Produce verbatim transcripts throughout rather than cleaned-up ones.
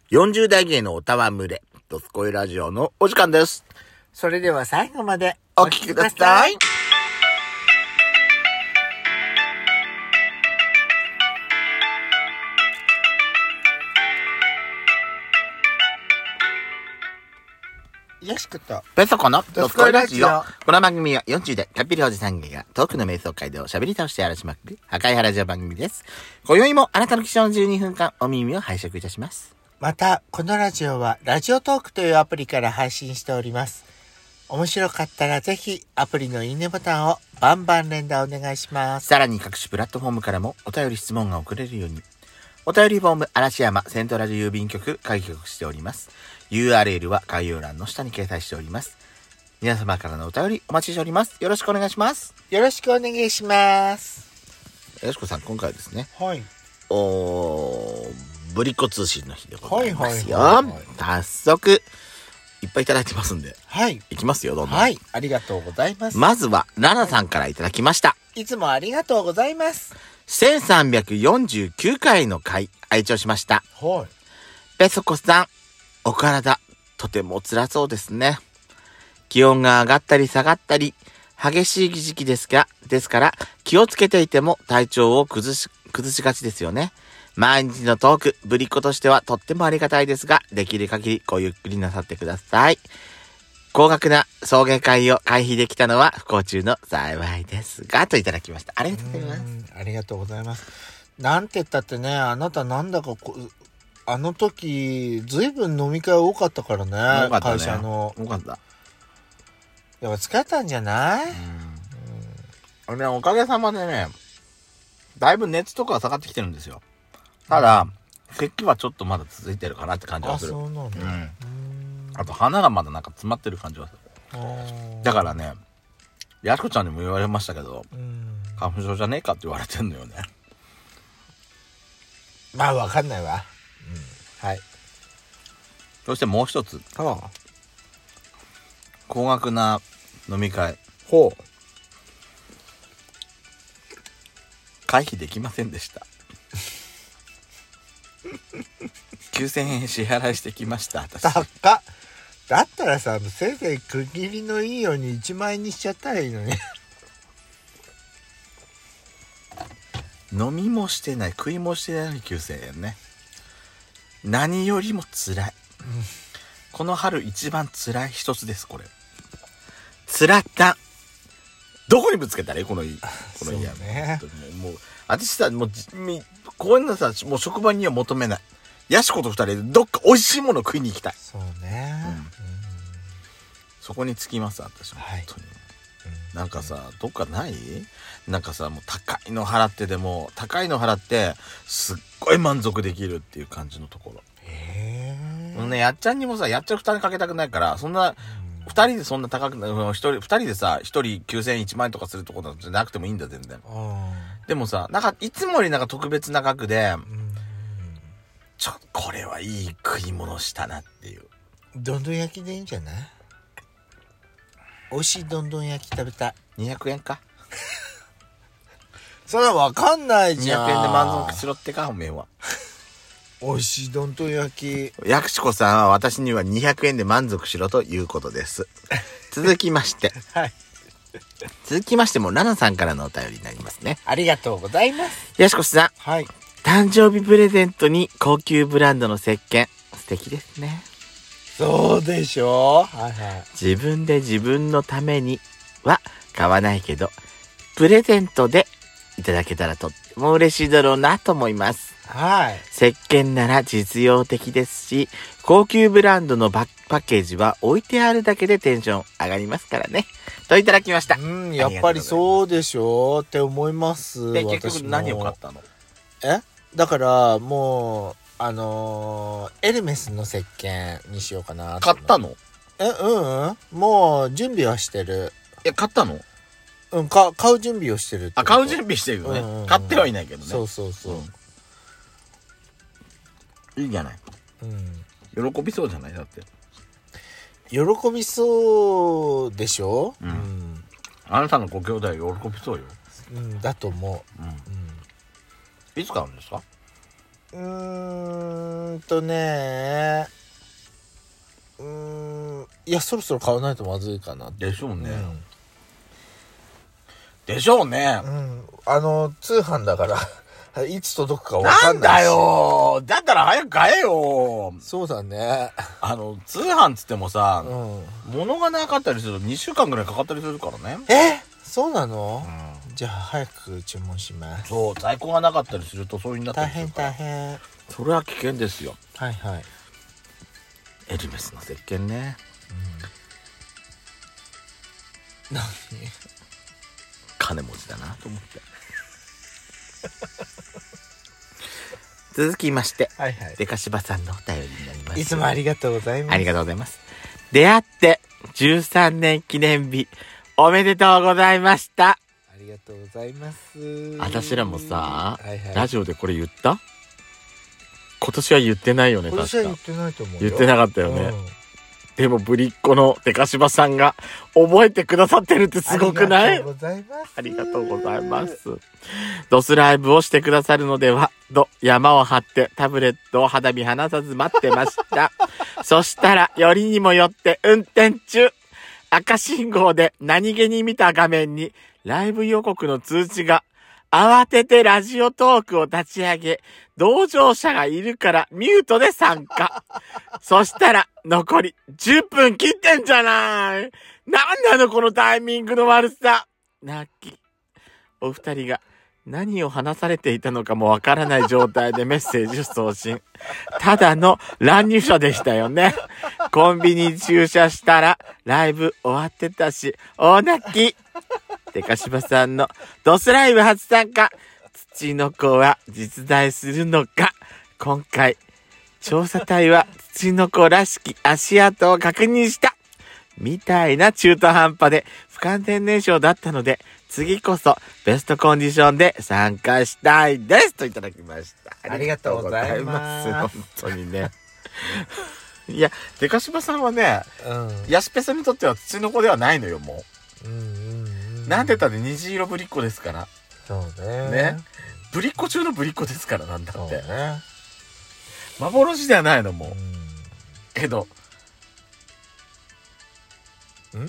よんじゅう代芸のおたわむれ、ドスコイラジオのお時間です。 それでは最後までお聞きください。 よしことペソコのドスコイラジオ。 ドスコイラジこの番組はよんじゅう代たっぴりおじさん芸がトークの瞑想会でおしゃべり倒して荒らしまくる破壊派ラジオ番組です。今宵もあなたの貴重なじゅうにふんかんお耳を拝借いたします。 またこのラジオはラジオトークというアプリから配信しております。面白かったらぜひアプリのいいねボタンをバンバン連打お願いします。 さらに各種プラットフォームからもお便り質問が送れるようにお便りフォーム嵐山セントラル郵便局開局しております。 ユーアールエル は概要欄の下に掲載しております。皆様からのお便りお待ちしております。よろしくお願いします。 よろしくお願いします。 よしこさん、今回はですね、 はいおーブリコ通信の日でございますよ。 はいはいはいはい早速いっぱいいただいてますんで、 はいいきますよ。どんどん。 はい、ありがとうございます。 まずはラナさんからいただきました。 いつもありがとうございます。 せんさんびゃくよんじゅうきゅうかいの回拝聴しました。 はい。 ペソコさん、お体とても辛そうですね。気温が上がったり下がったり激しい時期ですがですから気をつけていても体調を崩し崩しがちですよね。毎日のトークぶりっ子としてはとってもありがたいですが、できる限りごゆっくりなさってください。高額な送迎会を回避できたのは不幸中の幸いですが、といただきました。ありがとうございます。 ありがとうございます。なんて言ったってね、あなたなんだかこあの時ずいぶん飲み会多かったからね。 多かったね。 会社の多かった。 やっぱ疲れたんじゃない？うん、 あれ、おかげさまでね、だいぶ熱とかは下がってきてるんですよ。ただ、うん、咳はちょっとまだ続いてるかなって感じがする。 あ、そうなんだ。 うん。あと鼻がまだなんか詰まってる感じがする。だからね、やしこちゃんにも言われましたけど、花粉症じゃねえかって言われてんのよね。 まあわかんないわ。うん、はい。 そしてもう一つ。 はあ、 高額な飲み会。 ほう。 回避できませんでした。きゅうせんえん支払いしてきました。私。 高っ。だったらさ、せいぜい区切りのいいようにいちまん円にしちゃったらいいのに。 飲みもしてない、食いもしてないのにきゅうせんえんね。何よりも辛い。うん、この春一番辛い一つです、これ。辛ったどこにぶつけたらいいこのいいこのいいやね。もう、もう、私さ、もう、こういうのさ、もう職場には求めない。ヤシコと二人でどっか美味しいもの食いに行きたい。 そうね。うんうん、 そこにつきます、私も。 はい、 本当に。うん、なんかさ、どっかないなんかさ、もう高いの払ってでも、高いの払って、すっごい満足できるっていう感じのところ。 へぇー。 ね、やっちゃんにもさ、やっちゃん負担かけたくないから、そんな、二人でそんな高くない、一人、二人でさ、一人きゅうせんえんいちまん円とかするところじゃなくてもいいんだ、全然。でもさ、なんか、いつもよりなんか特別な額で、うん、ちょ、これはいい食い物したなっていう。 どんどん焼きでいいんじゃない？美味しいどんどん焼き食べたい。 にひゃくえんかそれはわかんないじゃん。 にひゃくえんで満足しろってか、おめえは。 美味しいどんどん焼き。 やくしこさんは私にはにひゃくえんで満足しろということです。続きまして。 はい。 続きましても、ラナさんからのお便りになりますね。 ありがとうございます。 やしこさん。 はい。 誕生日プレゼントに高級ブランドの石鹸。素敵ですね。 そうでしょ。はいはい。 自分で自分のためには買わないけど、プレゼントでいただけたらとっても嬉しいだろうなと思います。 はい。 石鹸なら実用的ですし、高級ブランドのパッケージは置いてあるだけでテンション上がりますからね。といただきました。 うん、やっぱりそうでしょうって思います。 で、結局何を買ったの？ え？だからもうあのー、エルメスの石鹸にしようかな。 買ったの？ え、うんうん。もう準備はしてる。 いや、買ったの？ うん、か買う準備をしてるって。 あ、買う準備してるよね、うんうんうん。買ってはいないけどね。 そうそうそう。 うん、いいじゃない。うん。喜びそうじゃないだって。 喜びそうでしょ？うん。うん、 あなたのご兄弟喜びそうよ。 うん、だと思う。うん。うん、 いつ買うんですか？ うーんとねうーんいやそろそろ買わないとまずいかな。 でしょうね、 うん、 でしょうね、 うん、あの通販だからいつ届くか分かんないし。 なんだよだったら早く買えよ。 そうだね。 あの通販つってもさ、 うん、 物がなかったりするとにしゅうかんぐらいかかったりするからね。 えそうなの、 うん、 じゃあ早く注文します。 そう在庫がなかったりするとそういうになった大りするから変大変。 それは危険ですよ。 はいはい。 エルメスの石鹸ね、 うん、何金持ちだなと思って続きまして、 はいはい、 デカシバさんのお便りになります。 いつもありがとうございます。 ありがとうございます。出会ってじゅうさんねん記念日おめでとうございました。 ありがとうございます。 私らもさ、 はいはい、 ラジオでこれ言った？今年は言ってないよね。 今年は言ってないと思うよ。 言ってなかったよね、うん、でもぶりっ子のデカシバさんが覚えてくださってるってすごくない？ありがとうございます。ありがとうございます。ドスライブをしてくださるのではと山を張ってタブレットを肌身離さず待ってましたそしたらよりにもよって運転中赤信号で何気に見た画面にライブ予告の通知が。慌ててラジオトークを立ち上げ、同乗者がいるからミュートで参加。そしたら残りじゅっぷん切ってんじゃない。なんなのこのタイミングの悪さ。泣き。お二人が何を話されていたのかもわからない状態でメッセージを送信。ただの乱入者でしたよね。コンビニ駐車したらライブ終わってたし、大泣き。デカシバさんのドスライブ初参加。土の子は実在するのか。今回、調査隊は土の子らしき足跡を確認した。みたいな中途半端で不完全燃焼だったので、次こそベストコンディションで参加したいです。といただきました。 ありがとうございます。 本当にね。いや、デカシバさんはね、うん、ヤシペソにとっては土の子ではないのよ、もう。うんうんうん、なんて言ったら虹色ぶりっ子ですから。 そうね。 ね。ぶりっ子中のぶりっ子ですからなんだって。 そうね。 幻ではないのもう。うん、けど。ん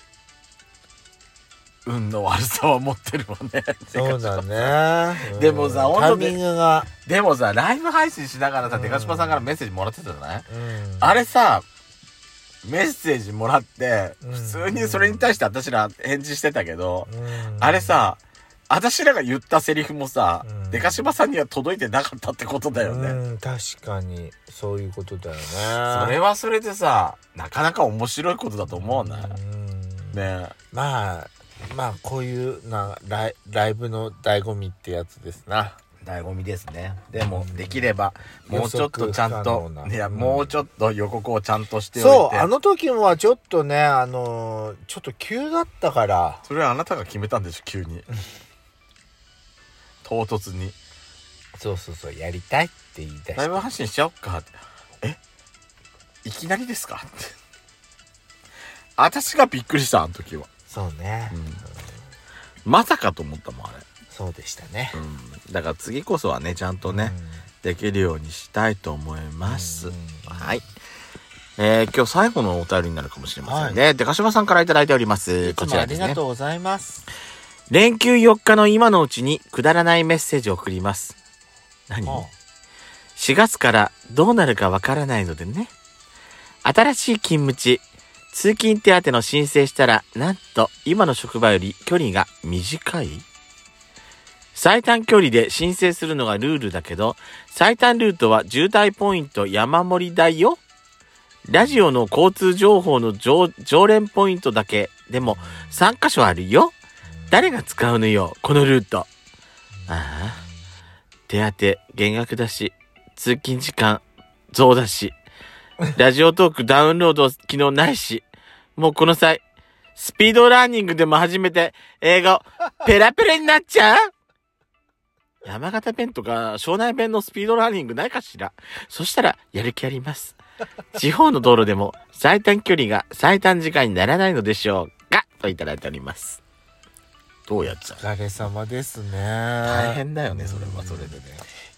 運の悪さは持ってるもんね。 そうだね。 でもさ、 タイミングが。 でもさ、ライブ配信しながらさ、デカシパさんからメッセージもらってたじゃない？あれさ、メッセージもらって、普通にそれに対して私ら返事してたけど、あれさ、私らが言ったセリフもさ、デカシバさんには届いてなかったってことだよね。 うん、確かに、そういうことだよね。 それはそれでさ、なかなか面白いことだと思うね。ね。 まあ、まあ、こういうなライ、ライブの醍醐味ってやつですな。 醍醐味ですね。でも、できれば、もうちょっとちゃんと、いや、もうちょっと予告をちゃんとしておいて。 そう、あの時もはちょっとね、あのー、ちょっと急だったから。 それはあなたが決めたんでしょ、急に。唐突に。 そうそうそう、やりたいって言い出して。 ライブ配信しちゃおっかって。えいきなりですかって。私がびっくりした、あの時は。 そうね、うん、 まさかと思ったもんあれ。 そうでしたね、 うん、だから次こそはねちゃんとね、うん、できるようにしたいと思います、うん、はい、えー、今日最後のお便りになるかもしれませんね、はい、でかしばさんからいただいております。こちらですね。 ありがとうございます。 連休よっかの今のうちにくだらないメッセージを送ります。何、はあ、しがつからどうなるかわからないのでね。新しい勤務地通勤手当の申請したら、なんと今の職場より距離が短い？最短距離で申請するのがルールだけど、最短ルートは渋滞ポイント山盛りだよ。ラジオの交通情報の 常, 常連ポイントだけでもさんカ所あるよ。誰が使うのよ、このルート。ああ、手当減額だし、通勤時間増だし、ラジオトークダウンロード機能ないし、もうこの際、スピードラーニングでも初めて英語ペラペラになっちゃう？山形弁とか庄内弁のスピードラーニングないかしら？そしたらやる気あります。地方の道路でも最短距離が最短時間にならないのでしょうか？といただいております。どうやっちゃう？ お疲れ様ですね。 大変だよね、それはそれでね。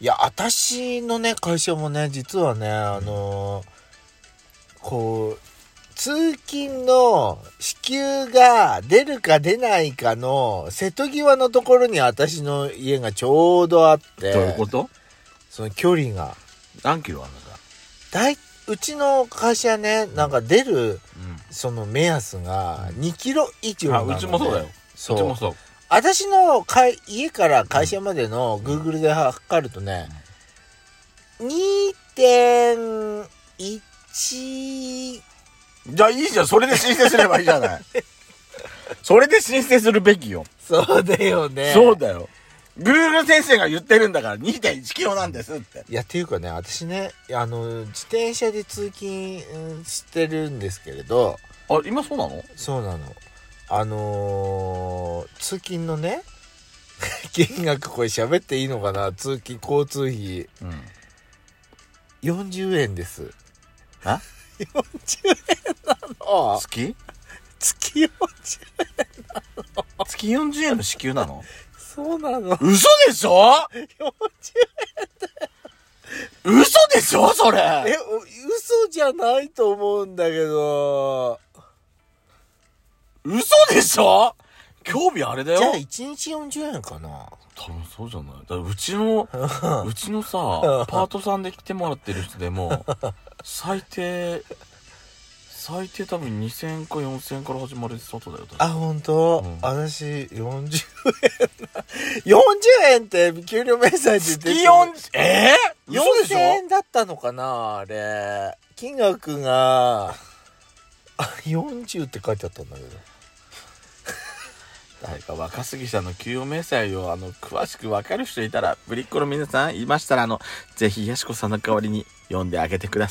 いや、私のね、会社もね、実はね、あのー、こう、通勤の支給が出るか出ないかの瀬戸際のところに私の家がちょうどあって。 どういうこと？ その距離が。 何キロあるんだ？ だいうちの会社ね、なんか出る、うん、その目安がにキロ以上なので、 あ、うちもそうだよ。そう。うちもそう。 私のかい家から会社までの Google で測るとね、うん、にてんいちじゃあいいじゃん。それで申請すればいいじゃない。それで申請するべきよ。 そうだよね。 そうだよ。Google 先生が言ってるんだから にてんいちキロなんですって。 いや、っていうかね、私ね、あの、自転車で通勤してるんですけれど。 あ、今そうなの？そうなの。あのー、通勤のね、金額これ喋っていいのかな？通勤、交通費。うん。よんじゅうえんです。 あ？ よんじゅうえんなの？ 月？ 月よんじゅうえんなの？ 月よんじゅうえんの支給なの？ そうなの。 嘘でしょ？ よんじゅうえんって。 嘘でしょそれ。 え、嘘じゃないと思うんだけど。 嘘でしょ？興味あれだよ。 じゃあいちにちよんじゅうえんかな？ 多分そうじゃない。だからうちの、うちのさ、パートさんで来てもらってる人でも、最低、最低多分にせんかよんせんから始まる外だよ。 あ、ほんと？うん、私、よんじゅうえん。よんじゅうえんって給料明細で出てる。 月よんじゅう、えー、 よんせんえんだったのかなあれ。金額が、よんじゅうって書いてあったんだけど。 誰か若杉さんの給与明細をあの詳しく分かる人いたら、ぶりっ子の皆さんいましたら、あのぜひやしこさんの代わりに読んであげてください。